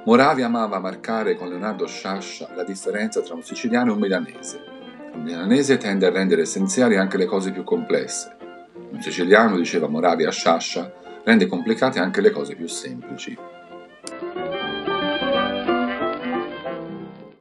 Moravia amava marcare con Leonardo Sciascia la differenza tra un siciliano e un milanese. Un milanese tende a rendere essenziali anche le cose più complesse. Un siciliano, diceva Moravia a Sciascia, rende complicate anche le cose più semplici.